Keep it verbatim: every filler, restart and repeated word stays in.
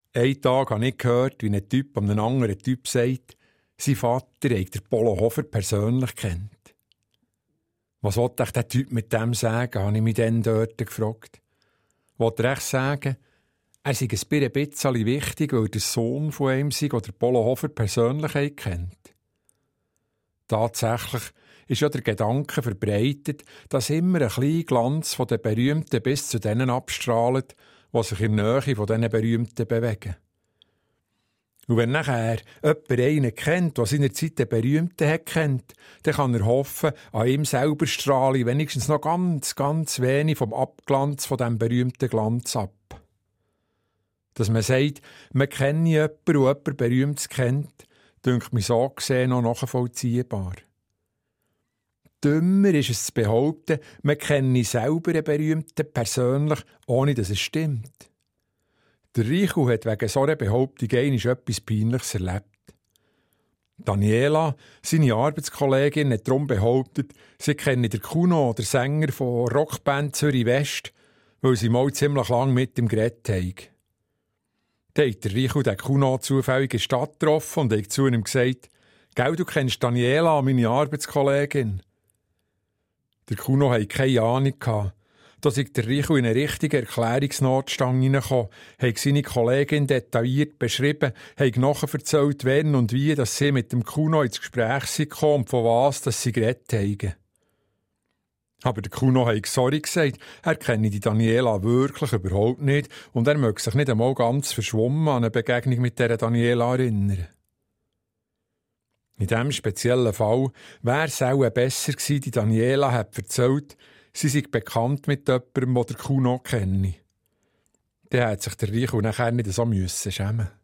Einen Tag habe ich gehört, wie ein Typ einem anderen Typ sagt, sein Vater hat den Polo Hofer persönlich kennt. Was wollte ich der Typ mit dem sagen, habe ich mich dann dort gefragt. Wollte er echt sagen, er sei ein bisschen wichtig, weil der Sohn von ihm sei, der Polo Hofer persönlich kennt. Tatsächlich ist ja der Gedanke verbreitet, dass immer ein kleiner Glanz von den Berühmten bis zu denen abstrahlt, die sich in der Nähe von diesen Berühmten bewegen. Und wenn nachher jemand einen kennt, der seinerzeit den Berühmten hat kennt, dann kann er hoffen, an ihm selber strahle wenigstens noch ganz, ganz wenig vom Abglanz von diesem berühmten Glanz ab. Dass man sagt, man kenne jemanden und jemand Berühmtes kennt, dünkt mir so gesehen noch nachvollziehbar. Dümmer ist es zu behaupten, man kenne selber einen Berühmten persönlich, ohne dass es stimmt. Der Reichu hat wegen so einer Behauptung einmal etwas Peinliches erlebt. Daniela, seine Arbeitskollegin, hat darum behauptet, sie kenne den Kuno, der Sänger von Rockband Zürich West, weil sie mal ziemlich lang mit ihm geredet haben. Dann hat der Reichu den Kuno zufällig in der Stadt getroffen und hat zu ihm gesagt, «Gell, du kennst Daniela, meine Arbeitskollegin?» Der Kuno hatte keine Ahnung. Da ist der Reichu in einen richtigen Erklärungsnotstand hineingekommen, hat seine Kollegin detailliert beschrieben, hat nachher erzählt, wann und wie dass sie mit dem Kuno ins Gespräch sind gekommen und von was dass sie geredet haben. Aber der Kuno hat sorry gesagt, er kenne die Daniela wirklich überhaupt nicht und er möge sich nicht einmal ganz verschwommen an eine Begegnung mit dieser Daniela erinnern. In diesem speziellen Fall wäre es auch besser gewesen, die Daniela hat erzählt, sie sei bekannt mit jemandem, der den Kuno kenne. Dann hätte sich der Reichu nachher nicht so schämen müssen.